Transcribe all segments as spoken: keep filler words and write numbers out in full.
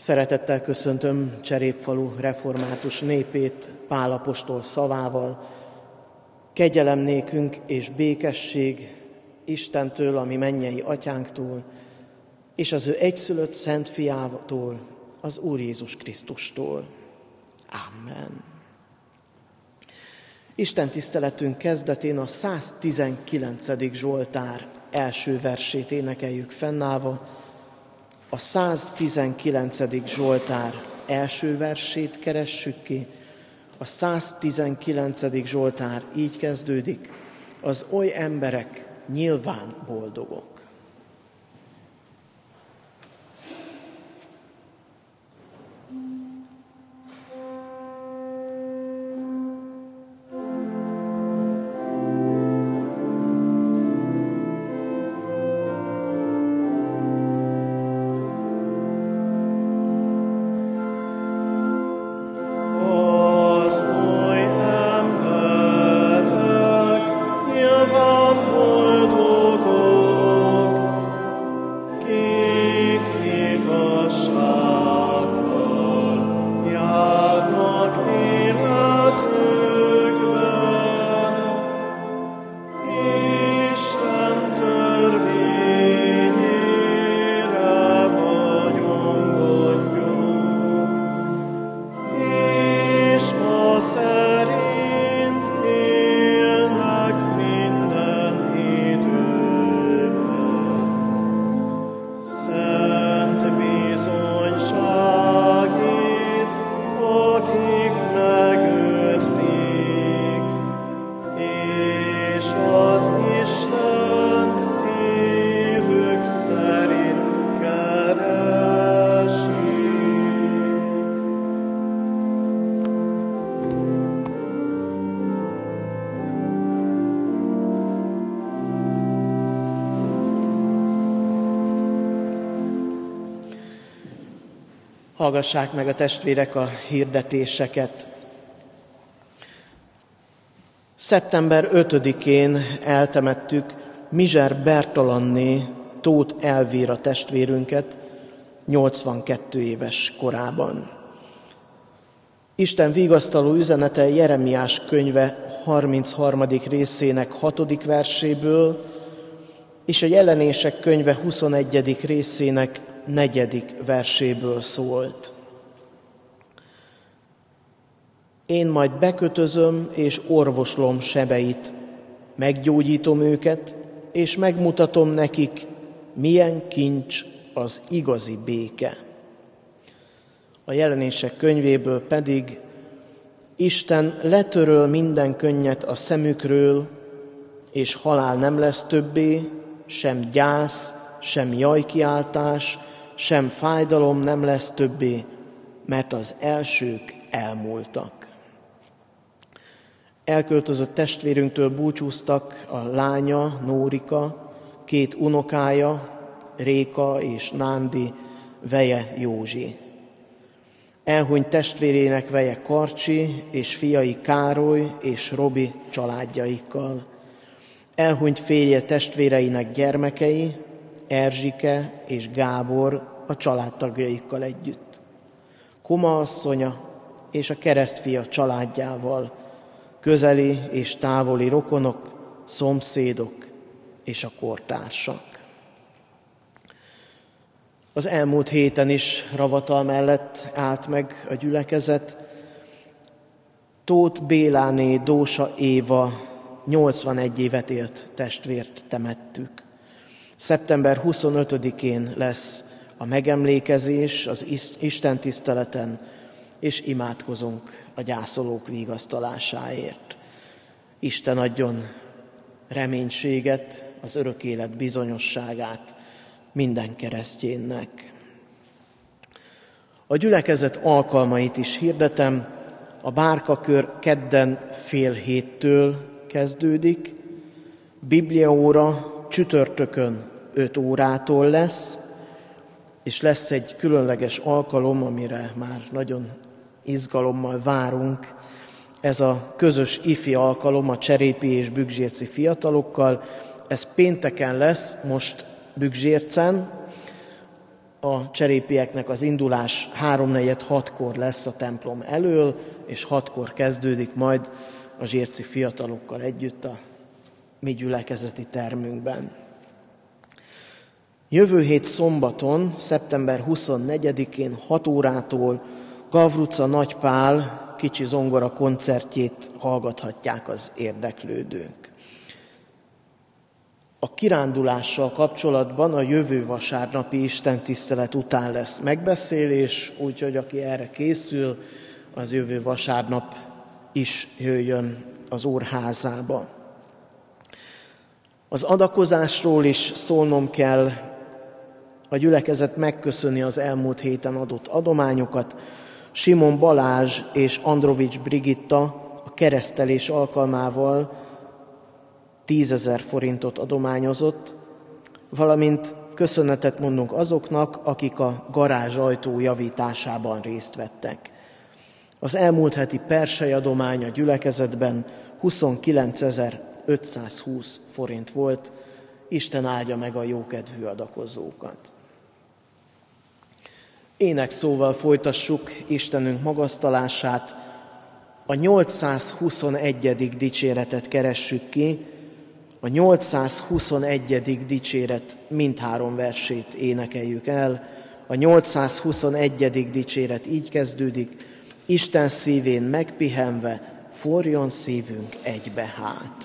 Szeretettel köszöntöm Cserépfalu református népét Pál apostol szavával. Kegyelem nékünk és békesség Istentől, ami mennyei atyánktól, és az ő egyszülött szent fiától, az Úr Jézus Krisztustól. Amen. Isten tiszteletünk kezdetén a száztizenkilencedik Zsoltár első versét énekeljük fennállva. A száztizenkilencedik Zsoltár első versét keressük ki. A száztizenkilencedik Zsoltár így kezdődik: az oly emberek nyilván boldogok. Hallgassák meg a testvérek a hirdetéseket. szeptember ötödikén eltemettük Mizser Bertalanné Tóth Elvíra testvérünket nyolcvankettő éves korában. Isten vigasztaló üzenete Jeremiás könyve harmincharmadik részének hatodik verséből és a Jelenések könyve huszonegyedik részének negyedik verséből szólt. Én majd bekötözöm és orvoslom sebeit, meggyógyítom őket, és megmutatom nekik, milyen kincs az igazi béke. A Jelenések könyvéből pedig: Isten letöröl minden könnyet a szemükről, és halál nem lesz többé, sem gyász, sem jajkiáltás, sem fájdalom nem lesz többé, mert az elsők elmúltak. Elköltözött testvérünktől búcsúztak a lánya, Nórika, két unokája, Réka és Nándi, veje Józsi. Elhunyt testvérének veje Karcsi és fiai Károly és Robi családjaikkal. Elhunyt férje testvéreinek gyermekei, Erzsike és Gábor a családtagjaikkal együtt. Koma asszonya és a keresztfia családjával, közeli és távoli rokonok, szomszédok és a kortársak. Az elmúlt héten is ravatal mellett állt meg a gyülekezet. Tóth Béláné Dósa Éva nyolcvanegy évet élt testvért temettük. szeptember huszonötödikén lesz a megemlékezés az istentiszteleten, és imádkozunk a gyászolók vigasztalásáért. Isten adjon reménységet, az örök élet bizonyosságát minden keresztjénnek. A gyülekezet alkalmait is hirdetem. A bárkakör kedden fél héttől kezdődik, bibliaóra csütörtökön öt órától lesz, és lesz egy különleges alkalom, amire már nagyon izgalommal várunk. Ez a közös ifi alkalom a cserépi és bükzsérci fiatalokkal. Ez pénteken lesz, most Bükzsércen, A cserépieknek az indulás háromnegyed hatkor lesz a templom elől, és hatkor kezdődik majd a zsírci fiatalokkal együtt a mi gyülekezeti termünkben. Jövő hét szombaton, szeptember huszonnegyedikén hat órától Gavruca Nagy Pál kicsi zongora koncertjét hallgathatják az érdeklődők. A kirándulással kapcsolatban a jövő vasárnapi istentisztelet után lesz megbeszélés, úgyhogy aki erre készül, az jövő vasárnap is jöjjön az úrházába. Az adakozásról is szólnom kell. A gyülekezet megköszöni az elmúlt héten adott adományokat. Simon Balázs és Androvics Brigitta a keresztelés alkalmával tízezer forintot adományozott, valamint köszönetet mondunk azoknak, akik a garázs ajtó javításában részt vettek. Az elmúlt heti persely adomány a gyülekezetben huszonkilencezer-ötszázhúsz forint volt. Isten áldja meg a jókedvű adakozókat. Énekszóval folytassuk Istenünk magasztalását. A nyolcszázhuszonegyedik dicséretet keressük ki. A nyolcszázhuszonegyedik dicséret mindhárom versét énekeljük el. A nyolcszázhuszonegyedik dicséret így kezdődik: Isten szívén megpihenve, forjon szívünk egybe hát.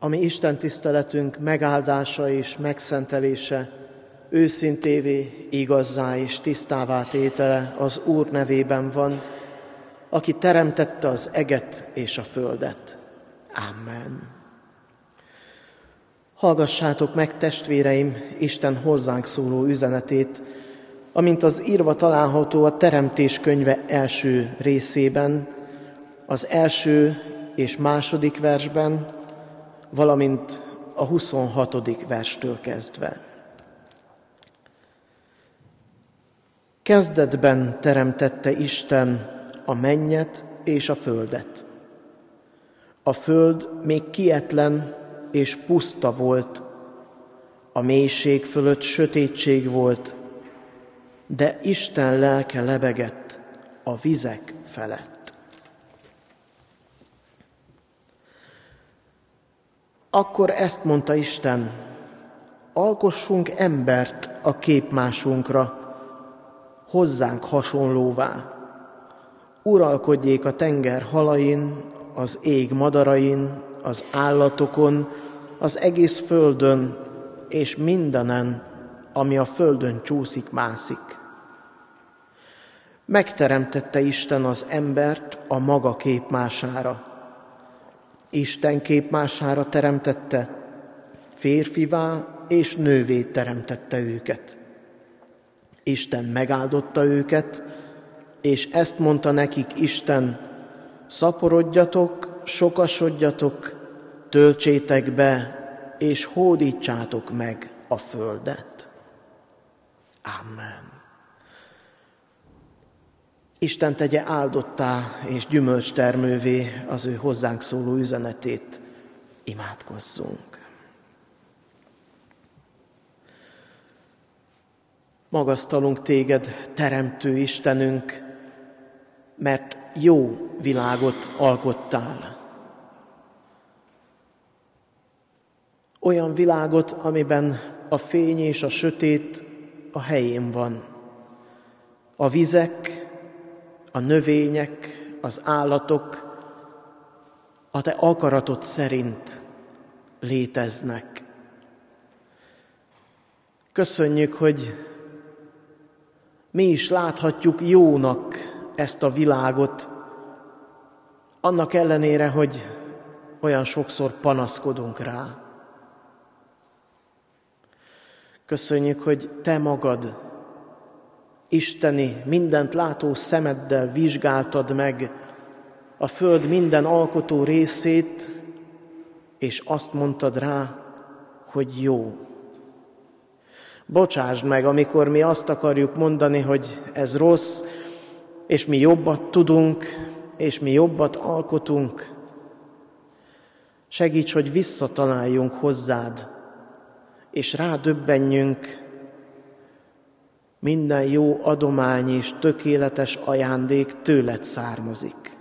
ami Isten tiszteletünk megáldása és megszentelése, őszintévé, igazzá és tisztává tétele az Úr nevében van, aki teremtette az eget és a földet. Amen. Hallgassátok meg, testvéreim, Isten hozzánk szóló üzenetét, amint az írva található a Teremtés könyve első részében, az első és második versben, valamint a huszonhatodik verstől kezdve. Kezdetben teremtette Isten a mennyet és a földet. A föld még kietlen és puszta volt, a mélység fölött sötétség volt, de Isten lelke lebegett a vizek felett. Akkor ezt mondta Isten, alkossunk embert a képmásunkra, hozzánk hasonlóvá. Uralkodjék a tenger halain, az ég madarain, az állatokon, az egész földön, és mindenen, ami a földön csúszik-mászik. Megteremtette Isten az embert a maga képmására. Isten képmására teremtette, férfivá és nővé teremtette őket. Isten megáldotta őket, és ezt mondta nekik Isten, szaporodjatok, sokasodjatok, töltsétek be, és hódítsátok meg a földet. Amen. Isten tegye áldottá és gyümölcstermővé az ő hozzánk szóló üzenetét. Imádkozzunk. Magasztalunk téged, teremtő Istenünk, mert jó világot alkottál. Olyan világot, amiben a fény és a sötét a helyén van. A vizek, a növények, az állatok a te akaratod szerint léteznek. Köszönjük, hogy mi is láthatjuk jónak ezt a világot, annak ellenére, hogy olyan sokszor panaszkodunk rá. Köszönjük, hogy te magad isteni, mindent látó szemeddel vizsgáltad meg a föld minden alkotó részét, és azt mondtad rá, hogy jó. Bocsásd meg, amikor mi azt akarjuk mondani, hogy ez rossz, és mi jobbat tudunk, és mi jobbat alkotunk. Segíts, hogy visszataláljunk hozzád, és rádöbbenjünk, minden jó adomány és tökéletes ajándék tőled származik.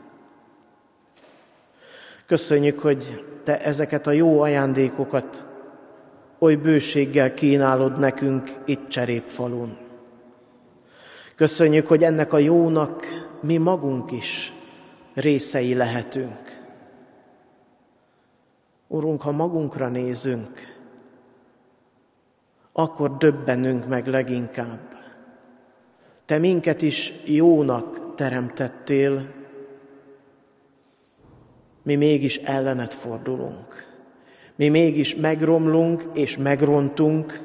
Köszönjük, hogy te ezeket a jó ajándékokat oly bőséggel kínálod nekünk itt Cserépfalun. Köszönjük, hogy ennek a jónak mi magunk is részei lehetünk. Urunk, ha magunkra nézünk, akkor döbbenünk meg leginkább. Te minket is jónak teremtettél, mi mégis ellened fordulunk. Mi mégis megromlunk és megrontunk.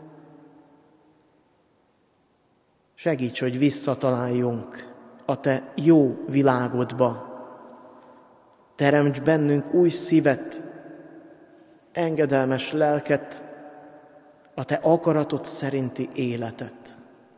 Segíts, hogy visszataláljunk a te jó világodba. Teremts bennünk új szívet, engedelmes lelket, a te akaratod szerinti életet.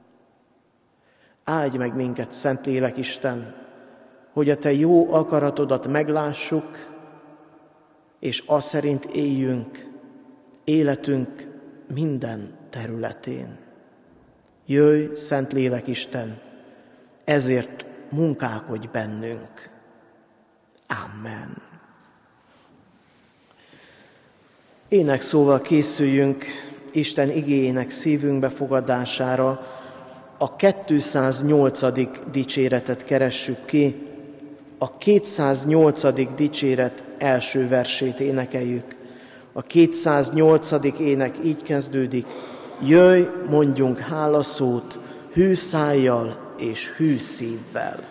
Áldj meg minket, Szentlélek Isten, hogy a te jó akaratodat meglássuk, és az szerint éljünk életünk minden területén. Jöjj, Szentlélek Isten, ezért munkálkodj bennünk. Amen. Énekszóval készüljünk Isten igéjének szívünkbe fogadására, a kétszáznyolcadik dicséretet keressük ki, a kétszáznyolcadik dicséret első versét énekeljük. A kétszáznyolcadik ének így kezdődik: jöjj, mondjunk hálaszót, hű szájjal és hű szívvel.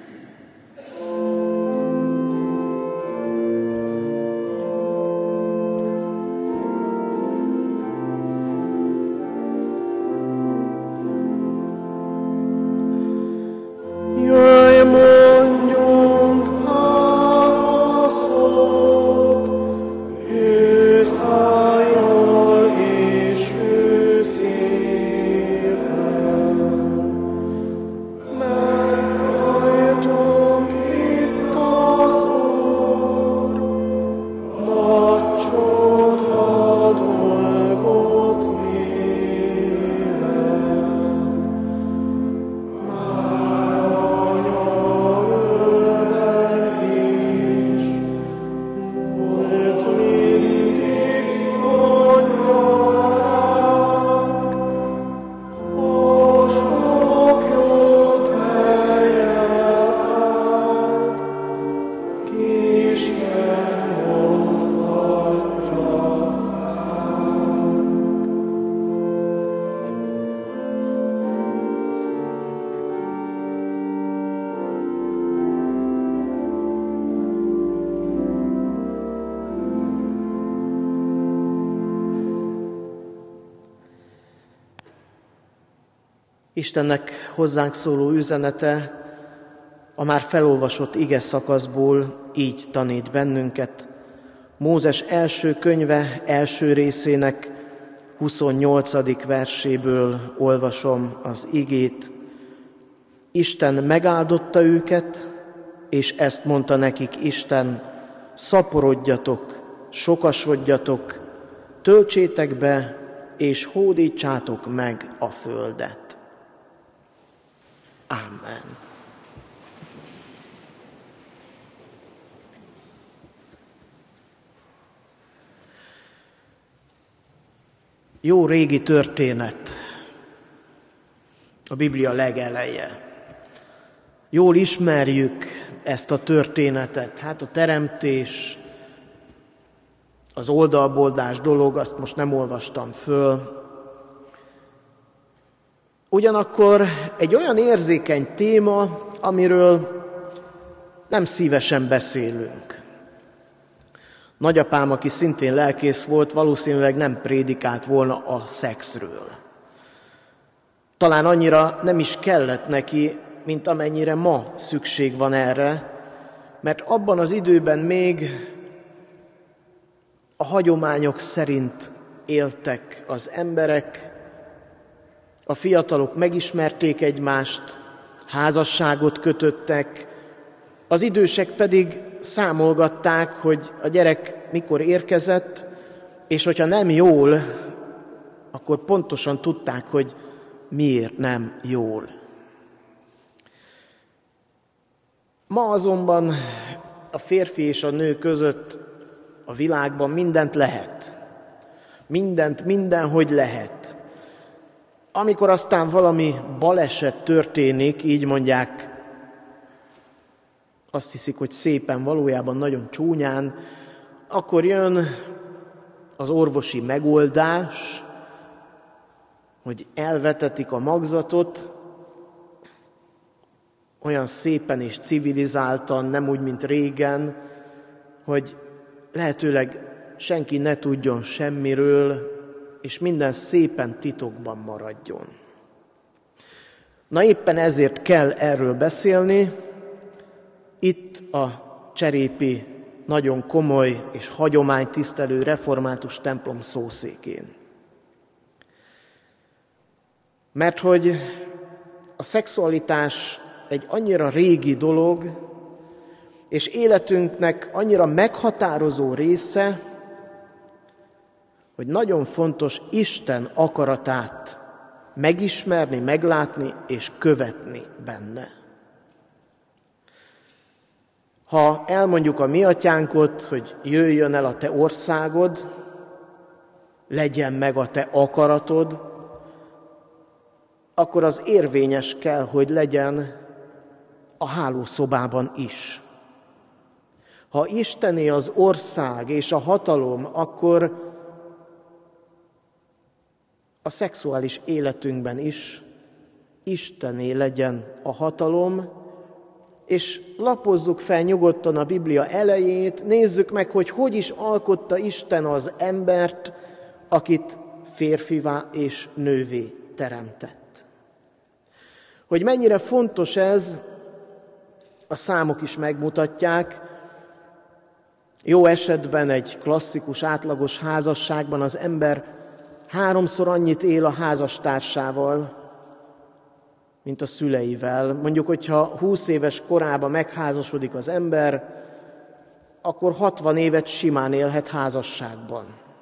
Istennek hozzánk szóló üzenete a már felolvasott ige szakaszból így tanít bennünket. Mózes első könyve első részének huszonnyolcadik verséből olvasom az igét. Isten megáldotta őket, és ezt mondta nekik Isten: szaporodjatok, sokasodjatok, töltsétek be, és hódítsátok meg a földet. Amen. Jó régi történet, a Biblia legeleje. Jól ismerjük ezt a történetet. Hát a teremtés, az oldalboldás dolog, azt most nem olvastam föl. Ugyanakkor egy olyan érzékeny téma, amiről nem szívesen beszélünk. Nagyapám, aki szintén lelkész volt, valószínűleg nem prédikált volna a szexről. Talán annyira nem is kellett neki, mint amennyire ma szükség van erre, mert abban az időben még a hagyományok szerint éltek az emberek, a fiatalok megismerték egymást, házasságot kötöttek, az idősek pedig számolgatták, hogy a gyerek mikor érkezett, és hogyha nem jól, akkor pontosan tudták, hogy miért nem jól. Ma azonban a férfi és a nő között a világban mindent lehet. Mindent, mindenhogy lehet. Amikor aztán valami baleset történik, így mondják, azt hiszik, hogy szépen, valójában nagyon csúnyán, akkor jön az orvosi megoldás, hogy elvetetik a magzatot, olyan szépen és civilizáltan, nem úgy, mint régen, hogy lehetőleg senki ne tudjon semmiről, és minden szépen titokban maradjon. Na éppen ezért kell erről beszélni, itt a cserépi nagyon komoly és hagyománytisztelő református templom szószékén. Mert hogy a szexualitás egy annyira régi dolog, és életünknek annyira meghatározó része, hogy nagyon fontos Isten akaratát megismerni, meglátni és követni benne. Ha elmondjuk a mi atyánkot, hogy jöjjön el a te országod, legyen meg a te akaratod, akkor az érvényes kell, hogy legyen a hálószobában is. Ha Istené az ország és a hatalom, akkor a szexuális életünkben is Istené legyen a hatalom, és lapozzuk fel nyugodtan a Biblia elejét, nézzük meg, hogy hogy is alkotta Isten az embert, akit férfivá és nővé teremtett. Hogy mennyire fontos ez, a számok is megmutatják. Jó esetben egy klasszikus, átlagos házasságban az ember háromszor annyit él a házastársával, mint a szüleivel. Mondjuk, hogyha húsz éves korában megházasodik az ember, akkor hatvan évet simán élhet házasságban.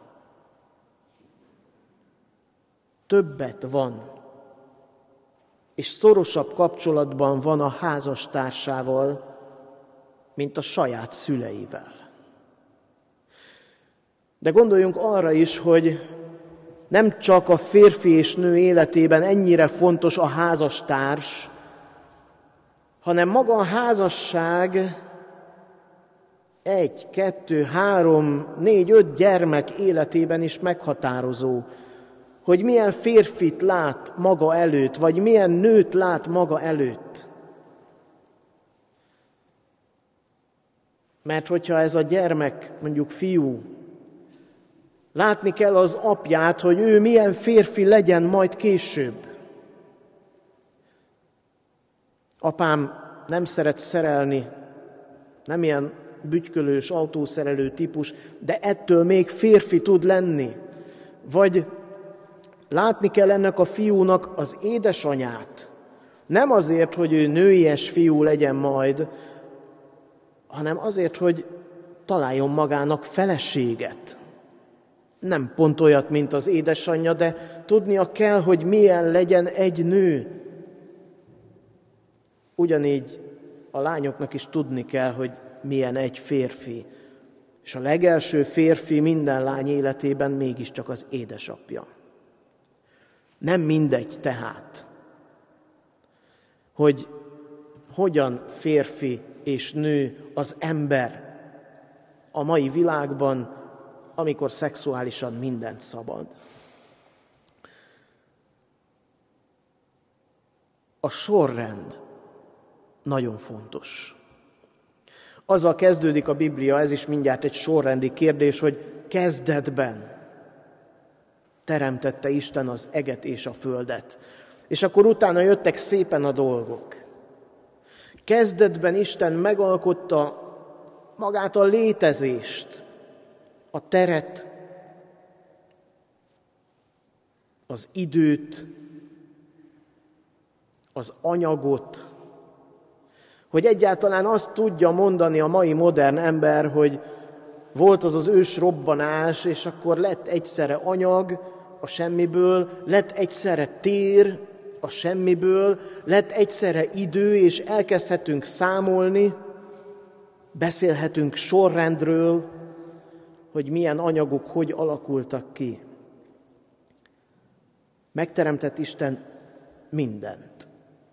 Többet van, és szorosabb kapcsolatban van a házastársával, mint a saját szüleivel. De gondoljunk arra is, hogy nem csak a férfi és nő életében ennyire fontos a házastárs, hanem maga a házasság egy, kettő, három, négy, öt gyermek életében is meghatározó, hogy milyen férfit lát maga előtt, vagy milyen nőt lát maga előtt. Mert hogyha ez a gyermek, mondjuk fiú, látni kell az apját, hogy ő milyen férfi legyen majd később. Apám nem szeret szerelni, nem ilyen bütykölős, autószerelő típus, de ettől még férfi tud lenni. Vagy látni kell ennek a fiúnak az édesanyát. Nem azért, hogy ő nőies fiú legyen majd, hanem azért, hogy találjon magának feleséget. Nem pont olyat, mint az édesanyja, de tudnia kell, hogy milyen legyen egy nő. Ugyanígy a lányoknak is tudni kell, hogy milyen egy férfi. És a legelső férfi minden lány életében mégiscsak az édesapja. Nem mindegy tehát, hogy hogyan férfi és nő az ember a mai világban, amikor szexuálisan mindent szabad. A sorrend nagyon fontos. Azzal kezdődik a Biblia, ez is mindjárt egy sorrendi kérdés, hogy kezdetben teremtette Isten az eget és a földet. És akkor utána jöttek szépen a dolgok. Kezdetben Isten megalkotta magát a létezést, a teret, az időt, az anyagot, hogy egyáltalán azt tudja mondani a mai modern ember, hogy volt az az ős robbanás, és akkor lett egyszerre anyag a semmiből, lett egyszerre tér a semmiből, lett egyszerre idő, és elkezdhetünk számolni, beszélhetünk sorrendről, hogy milyen anyagok hogy alakultak ki. Megteremtett Isten mindent.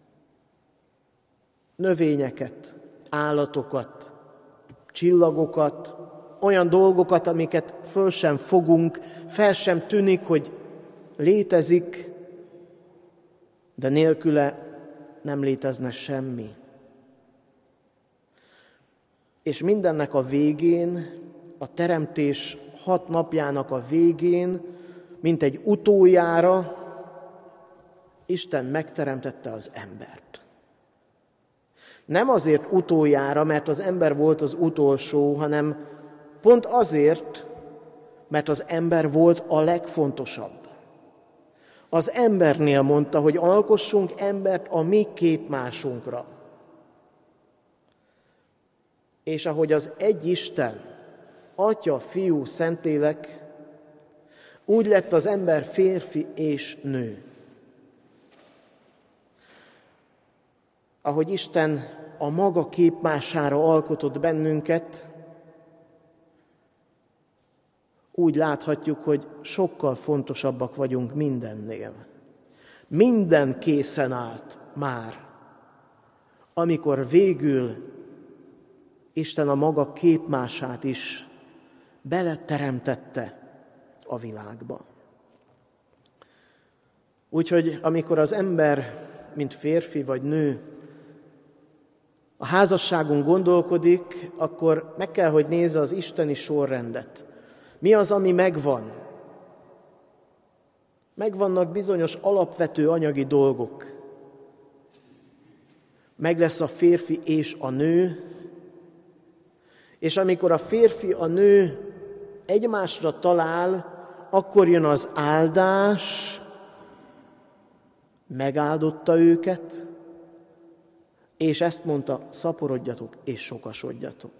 Növényeket, állatokat, csillagokat, olyan dolgokat, amiket föl sem fogunk, fel sem tűnik, hogy létezik, de nélküle nem létezne semmi. És mindennek a végén, a teremtés hat napjának a végén, mint egy utoljára, Isten megteremtette az embert. Nem azért utoljára, mert az ember volt az utolsó, hanem pont azért, mert az ember volt a legfontosabb. Az embernél mondta, hogy alkossunk embert a mi képmásunkra. És ahogy az egy Isten, Atya, Fiú, Szentlélek, úgy lett az ember férfi és nő. Ahogy Isten a maga képmására alkotott bennünket, úgy láthatjuk, hogy sokkal fontosabbak vagyunk mindennél. Minden készen állt már, amikor végül Isten a maga képmását is beleteremtette a világba. Úgyhogy amikor az ember, mint férfi vagy nő, a házasságon gondolkodik, akkor meg kell, hogy nézze az isteni sorrendet. Mi az, ami megvan? Megvannak bizonyos alapvető anyagi dolgok. Meg lesz a férfi és a nő, és amikor a férfi, a nő egymásra talál, akkor jön az áldás, megáldotta őket, és ezt mondta, szaporodjatok és sokasodjatok.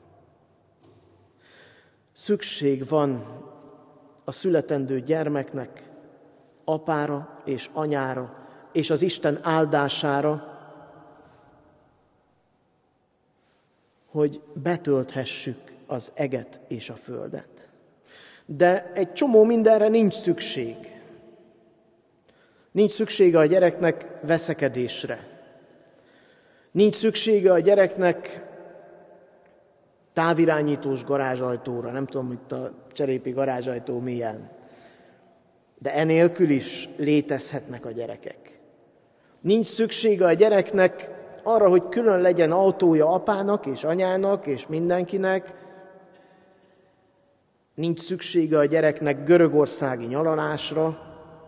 Szükség van a születendő gyermeknek apára és anyára, és az Isten áldására, hogy betölthessük az eget és a földet. De egy csomó mindenre nincs szükség. Nincs szüksége a gyereknek veszekedésre. Nincs szüksége a gyereknek távirányítós garázsajtóra. Nem tudom, hogy a cserépi garázsajtó milyen. De enélkül is létezhetnek a gyerekek. Nincs szüksége a gyereknek arra, hogy külön legyen autója apának és anyának és mindenkinek. Nincs szüksége a gyereknek görögországi nyaralásra,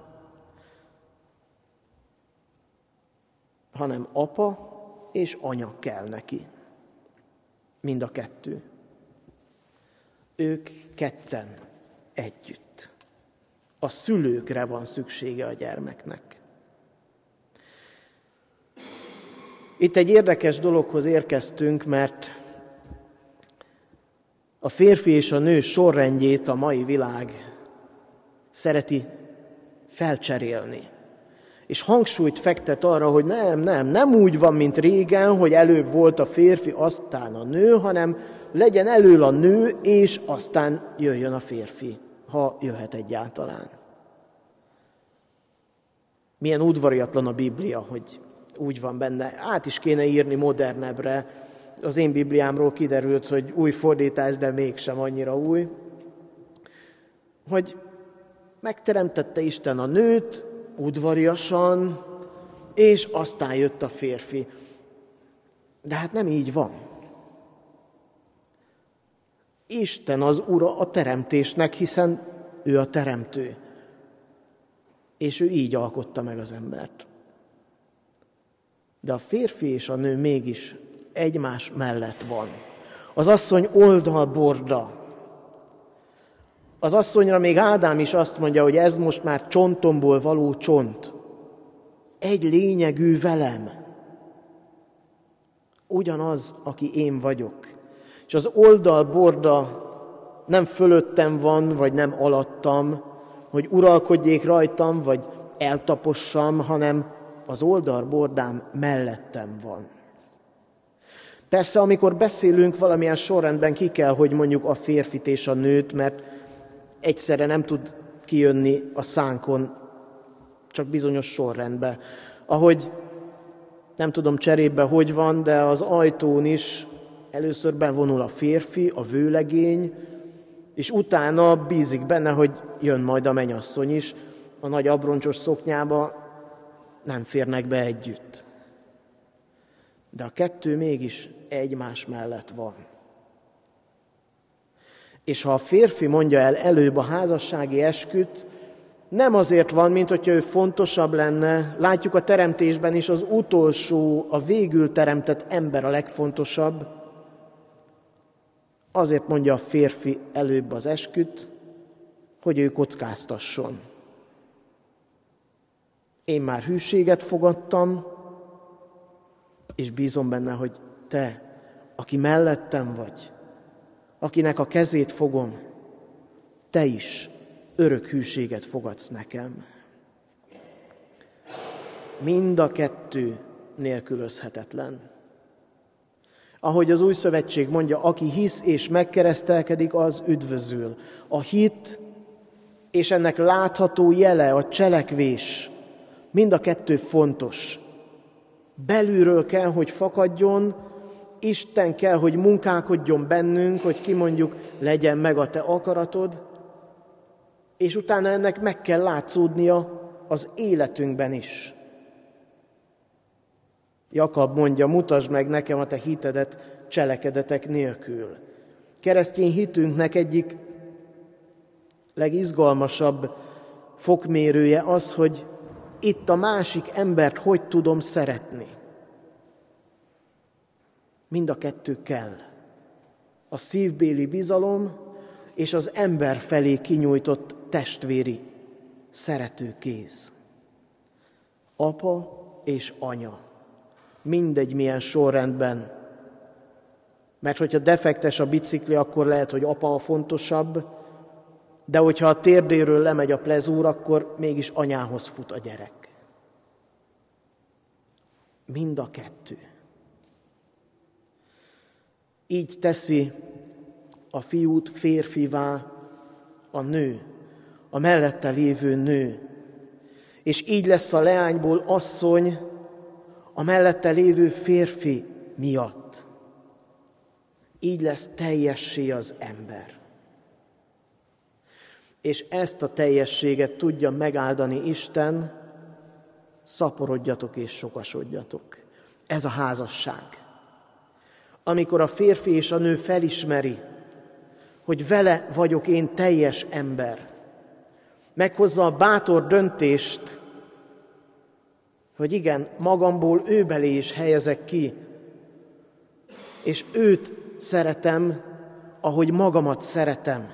hanem apa és anya kell neki. Mind a kettő. Ők ketten együtt. A szülőkre van szüksége a gyermeknek. Itt egy érdekes dologhoz érkeztünk, mert a férfi és a nő sorrendjét a mai világ szereti felcserélni. És hangsúlyt fektet arra, hogy nem, nem, nem úgy van, mint régen, hogy előbb volt a férfi, aztán a nő, hanem legyen elől a nő, és aztán jöjjön a férfi, ha jöhet egyáltalán. Milyen udvariatlan a Biblia, hogy úgy van benne. Át is kéne írni modernebbre. Az én Bibliámról kiderült, hogy új fordítás, de mégsem annyira új. Hogy megteremtette Isten a nőt, udvariasan, és aztán jött a férfi. De hát nem így van. Isten az ura a teremtésnek, hiszen ő a teremtő. És ő így alkotta meg az embert. De a férfi és a nő mégis egymás mellett van. Az asszony oldalborda. Az asszonyra még Ádám is azt mondja, hogy ez most már csontomból való csont. Egy lényegű velem. Ugyanaz, aki én vagyok. És az oldalborda nem fölöttem van, vagy nem alattam, hogy uralkodjék rajtam, vagy eltapossam, hanem az oldalbordám mellettem van. Persze, amikor beszélünk valamilyen sorrendben, ki kell, hogy mondjuk a férfit és a nőt, mert egyszerre nem tud kijönni a szánkon, csak bizonyos sorrendben. Ahogy, nem tudom cserébe hogy van, de az ajtón is először bevonul a férfi, a vőlegény, és utána bízik benne, hogy jön majd a mennyasszony is. A nagy abroncsos szoknyába nem férnek be együtt. De a kettő mégis egymás mellett van. És ha a férfi mondja el előbb a házassági esküt, nem azért van, mint hogyha ő fontosabb lenne. Látjuk a teremtésben is, az utolsó, a végül teremtett ember a legfontosabb. Azért mondja a férfi előbb az esküt, hogy ő kockáztasson. Én már hűséget fogadtam, és bízom benne, hogy te, aki mellettem vagy, akinek a kezét fogom, te is örök hűséget fogadsz nekem. Mind a kettő nélkülözhetetlen. Ahogy az Új Szövetség mondja, aki hisz és megkeresztelkedik, az üdvözül. A hit és ennek látható jele, a cselekvés, mind a kettő fontos. Belülről kell, hogy fakadjon, Isten kell, hogy munkálkodjon bennünk, hogy kimondjuk, legyen meg a te akaratod, és utána ennek meg kell látszódnia az életünkben is. Jakab mondja, mutasd meg nekem a te hitedet cselekedetek nélkül. Keresztény hitünknek egyik legizgalmasabb fokmérője az, hogy itt a másik embert hogy tudom szeretni. Mind a kettő kell. A szívbéli bizalom és az ember felé kinyújtott testvéri szerető kéz. Apa és anya. Mindegy milyen sorrendben. Mert hogyha defektes a bicikli, akkor lehet, hogy apa a fontosabb, de hogyha a térdéről lemegy a plezúr, akkor mégis anyához fut a gyerek. Mind a kettő. Így teszi a fiút férfivá a nő, a mellette lévő nő. És így lesz a leányból asszony a mellette lévő férfi miatt. Így lesz teljessé az ember. És ezt a teljességet tudja megáldani Isten, szaporodjatok és sokasodjatok. Ez a házasság. Amikor a férfi és a nő felismeri, hogy vele vagyok én teljes ember, meghozza a bátor döntést, hogy igen, magamból ő belé is helyezek ki, és őt szeretem, ahogy magamat szeretem.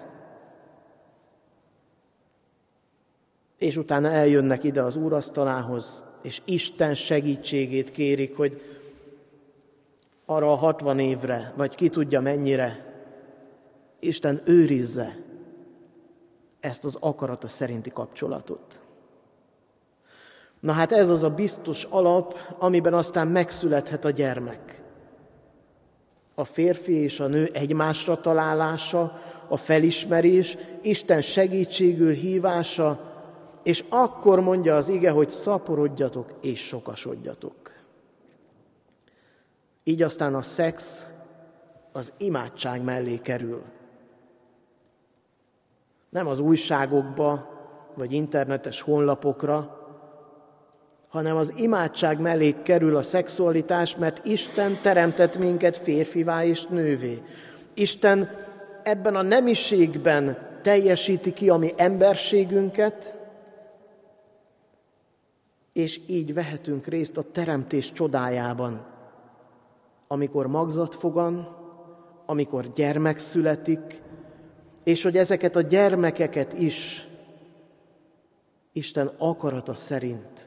És utána eljönnek ide az úrasztalához, és Isten segítségét kérik, hogy arra a hatvan évre, vagy ki tudja mennyire, Isten őrizze ezt az akarata szerinti kapcsolatot. Na hát ez az a biztos alap, amiben aztán megszülethet a gyermek. A férfi és a nő egymásra találása, a felismerés, Isten segítségül hívása, és akkor mondja az ige, hogy szaporodjatok és sokasodjatok. Így aztán a szex az imádság mellé kerül. Nem az újságokba, vagy internetes honlapokra, hanem az imádság mellé kerül a szexualitás, mert Isten teremtett minket férfivá és nővé. Isten ebben a nemiségben teljesíti ki a mi emberségünket, és így vehetünk részt a teremtés csodájában, amikor magzat fogan, amikor gyermek születik, és hogy ezeket a gyermekeket is Isten akarata szerint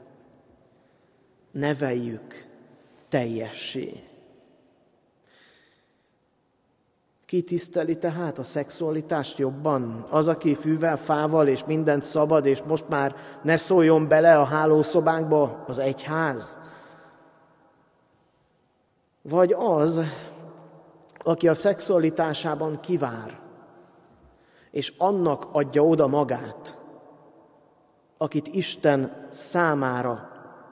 neveljük teljessé. Ki tiszteli tehát a szexualitást jobban? Az, aki fűvel, fával és mindent szabad, és most már ne szóljon bele a hálószobánkba az egyház? Vagy az, aki a szexualitásában kivár, és annak adja oda magát, akit Isten számára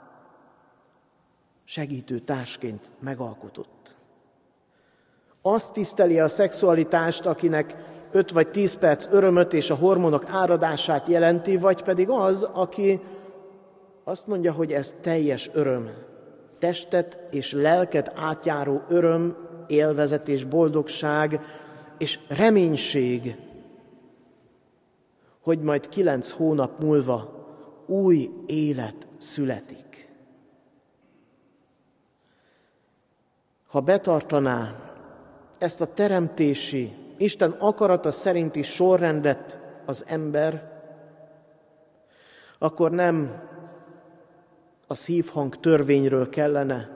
segítő társként megalkotott. Azt tiszteli a szexualitást, akinek öt vagy tíz perc örömöt és a hormonok áradását jelenti, vagy pedig az, aki azt mondja, hogy ez teljes öröm, testet és lelket átjáró öröm, élvezet és boldogság, és reménység, hogy majd kilenc hónap múlva új élet születik. Ha betartaná ezt a teremtési, Isten akarata szerinti sorrendet az ember, akkor nem a szívhang törvényről kellene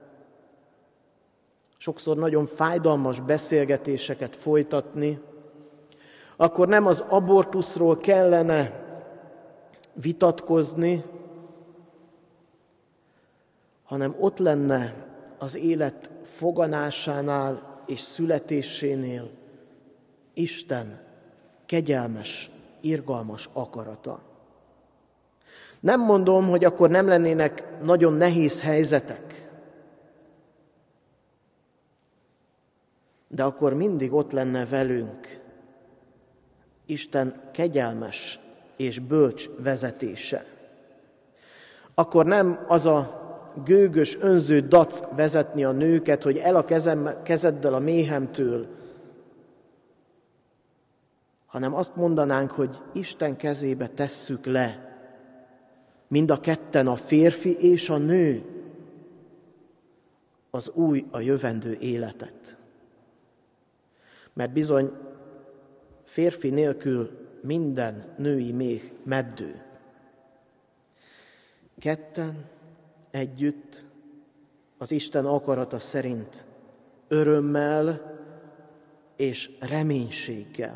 sokszor nagyon fájdalmas beszélgetéseket folytatni, akkor nem az abortuszról kellene vitatkozni, hanem ott lenne az élet foganásánál és születésénél Isten kegyelmes, irgalmas akarata. Nem mondom, hogy akkor nem lennének nagyon nehéz helyzetek. de akkor mindig ott lenne velünk Isten kegyelmes és bölcs vezetése. Akkor nem az a gőgös, önző dac vezetni a nőket, hogy el a kezem, kezeddel a méhemtől, hanem azt mondanánk, hogy Isten kezébe tesszük le mind a ketten, a férfi és a nő, az új, a jövendő életet. Mert bizony férfi nélkül minden női méh meddő. Ketten, együtt, az Isten akarata szerint, örömmel és reménységgel.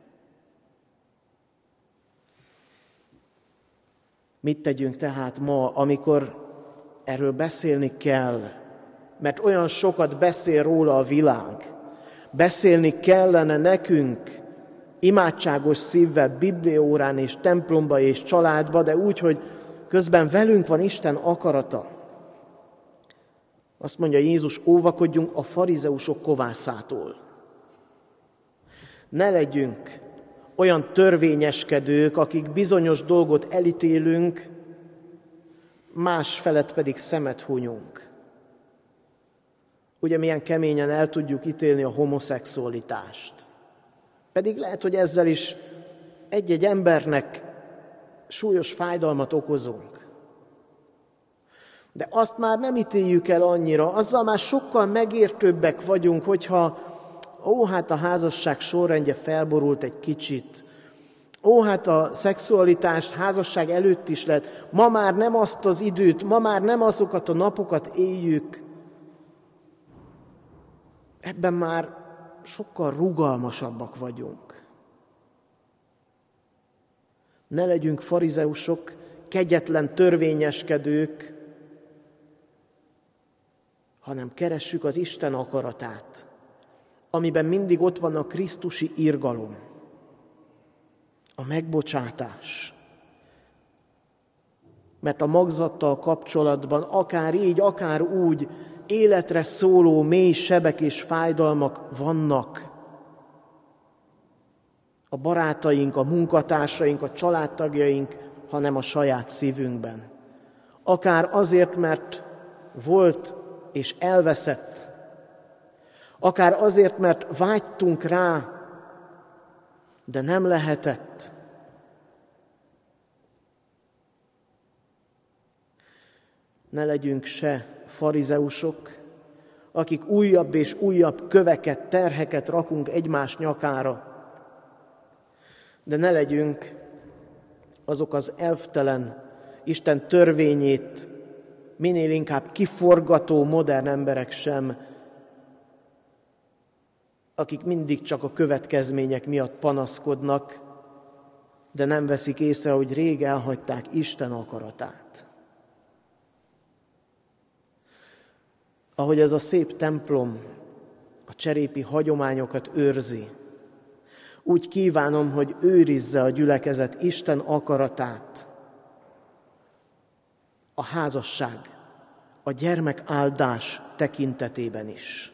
Mit tegyünk tehát ma, amikor erről beszélni kell, mert olyan sokat beszél róla a világ. Beszélni kellene nekünk imádságos szívvel, bibliaórán és templomba és családba, de úgy, hogy közben velünk van Isten akarata. Azt mondja Jézus, óvakodjunk a farizeusok kovászától. Ne legyünk olyan törvényeskedők, akik bizonyos dolgot elítélünk, más felett pedig szemet hunyunk. Ugye milyen keményen el tudjuk ítélni a homoszexualitást. Pedig lehet, hogy ezzel is egy-egy embernek súlyos fájdalmat okozunk. De azt már nem ítéljük el annyira, azzal már sokkal megértőbbek vagyunk, hogyha ó, hát a házasság sorrendje felborult egy kicsit, ó, hát a szexualitást házasság előtt is lehet, ma már nem azt az időt, ma már nem azokat a napokat éljük. Ebben már sokkal rugalmasabbak vagyunk. Ne legyünk farizeusok, kegyetlen törvényeskedők, hanem keressük az Isten akaratát, amiben mindig ott van a krisztusi irgalom, a megbocsátás. Mert a magzattal kapcsolatban, akár így, akár úgy, életre szóló mély sebek és fájdalmak vannak. A barátaink, a munkatársaink, a családtagjaink, hanem a saját szívünkben. Akár azért, mert volt és elveszett, akár azért, mert vágytunk rá, de nem lehetett. Ne legyünk se farizeusok, akik újabb és újabb köveket, terheket rakunk egymás nyakára, de ne legyünk azok az elvtelen Isten törvényét minél inkább kiforgató modern emberek sem, akik mindig csak a következmények miatt panaszkodnak, de nem veszik észre, hogy rég elhagyták Isten akaratát. Ahogy ez a szép templom a cserépi hagyományokat őrzi, úgy kívánom, hogy őrizze a gyülekezet Isten akaratát, a házasság, a gyermekáldás tekintetében is.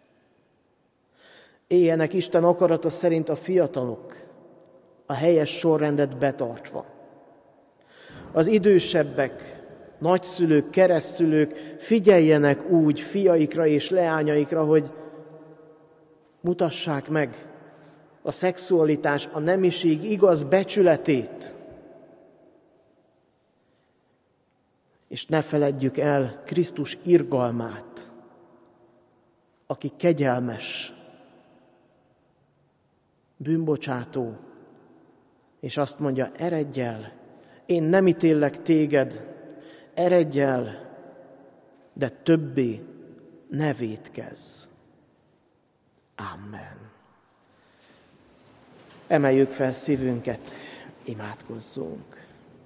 Éljenek Isten akarata szerint a fiatalok, a helyes sorrendet betartva. Az idősebbek, nagyszülők, keresztszülők figyeljenek úgy fiaikra és leányaikra, hogy mutassák meg a szexualitás, a nemiség igaz becsületét. És ne feledjük el Krisztus irgalmát, aki kegyelmes, bűnbocsátó, és azt mondja, eredj el, én nem ítéllek téged, eredj el, de többé ne vétkezz. Amen. Emeljük fel szívünket, imádkozzunk.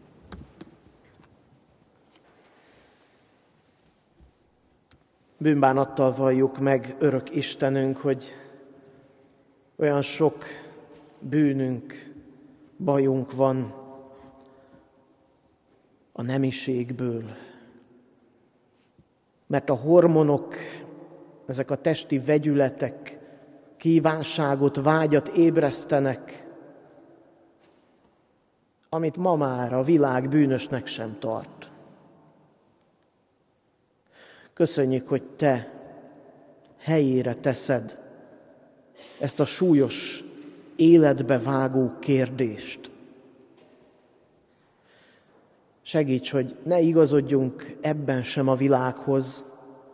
Bűnbánattal valljuk meg, örök Istenünk, hogy olyan sok bűnünk, bajunk van a nemiségből. Mert a hormonok, ezek a testi vegyületek kívánságot, vágyat ébresztenek, amit ma már a világ bűnösnek sem tart. Köszönjük, hogy Te helyére teszed ezt a súlyos, életbe vágó kérdést. Segíts, hogy ne igazodjunk ebben sem a világhoz,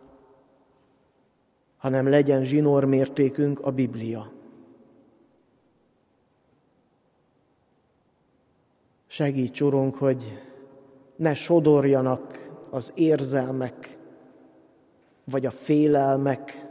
hanem legyen zsinórmértékünk a Biblia. Segíts, Urunk, hogy ne sodorjanak az érzelmek, vagy a félelmek,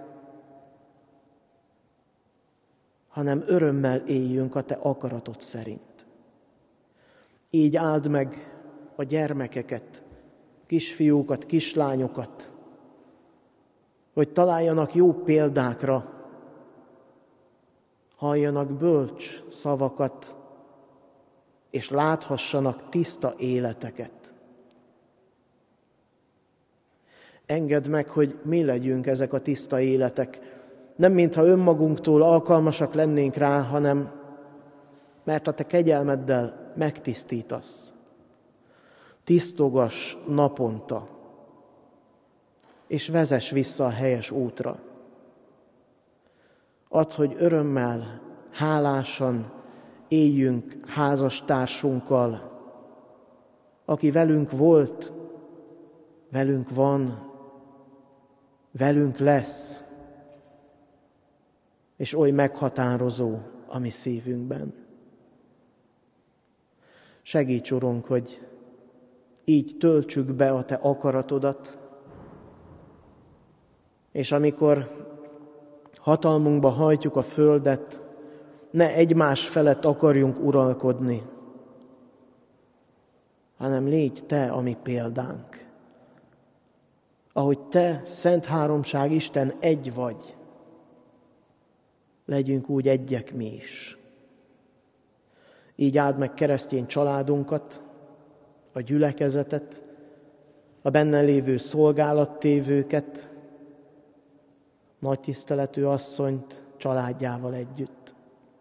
hanem örömmel éljünk a Te akaratod szerint. Így áld meg a gyermekeket, kisfiúkat, kislányokat, hogy találjanak jó példákra, halljanak bölcs szavakat, és láthassanak tiszta életeket. Engedd meg, hogy mi legyünk ezek a tiszta életek, nem mintha önmagunktól alkalmasak lennénk rá, hanem mert a Te kegyelmeddel megtisztítasz. Tisztogass naponta, és vezess vissza a helyes útra. Add, hogy örömmel, hálásan éljünk házastársunkkal, aki velünk volt, velünk van, velünk lesz, és oly meghatározó a mi szívünkben. Segíts, Urunk, hogy így töltsük be a Te akaratodat, és amikor hatalmunkba hajtjuk a földet, ne egymás felett akarjunk uralkodni, hanem légy Te a mi példánk. Ahogy Te, Szent Háromság Isten, egy vagy, legyünk úgy egyek mi is. Így áld meg keresztény családunkat, a gyülekezetet, a benne lévő szolgálattévőket, nagy tiszteletű asszonyt családjával együtt.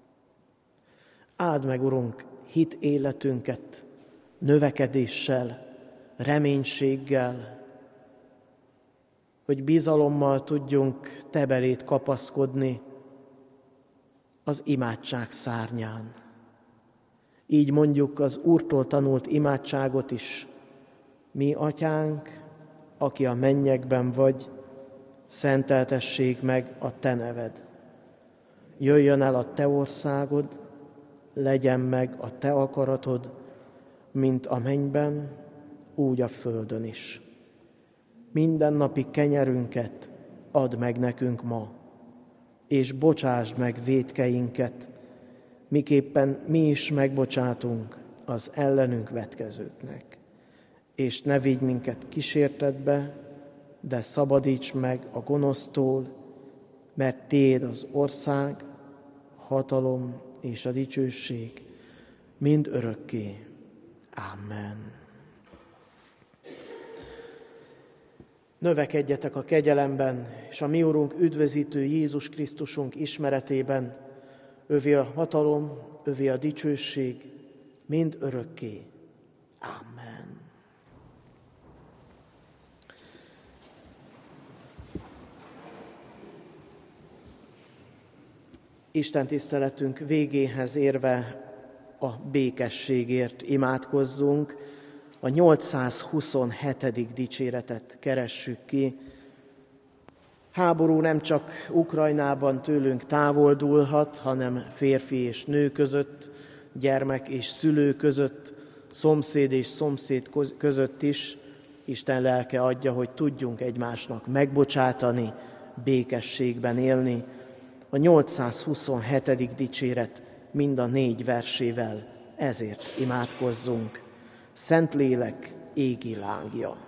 Áld meg, Urunk, hit életünket növekedéssel, reménységgel, hogy bizalommal tudjunk Te beléd kapaszkodni az imádság szárnyán. Így mondjuk az Úrtól tanult imádságot is. Mi, Atyánk, aki a mennyekben vagy, szenteltessék meg a Te neved. Jöjjön el a Te országod, legyen meg a Te akaratod, mint a mennyben, úgy a földön is. Mindennapi kenyerünket add meg nekünk ma, és bocsásd meg vétkeinket, miképpen mi is megbocsátunk az ellenünk vetkezőknek. És ne vigy minket kísértetbe, de szabadíts meg a gonosztól, mert Tiéd az ország, hatalom és a dicsőség mind örökké. Amen. Növekedjetek a kegyelemben, és a mi Urunk üdvözítő Jézus Krisztusunk ismeretében. Övé a hatalom, övé a dicsőség, mind örökké. Amen. Isten tiszteletünk végéhez érve a békességért imádkozzunk. A nyolcszázhuszonhetedik dicséretet keressük ki. Háború nem csak Ukrajnában tőlünk távoldulhat, hanem férfi és nő között, gyermek és szülő között, szomszéd és szomszéd között is. Isten lelke adja, hogy tudjunk egymásnak megbocsátani, békességben élni. A nyolcszázhuszonhetedik dicséret mind a négy versével ezért imádkozzunk. Szentlélek égi lángja.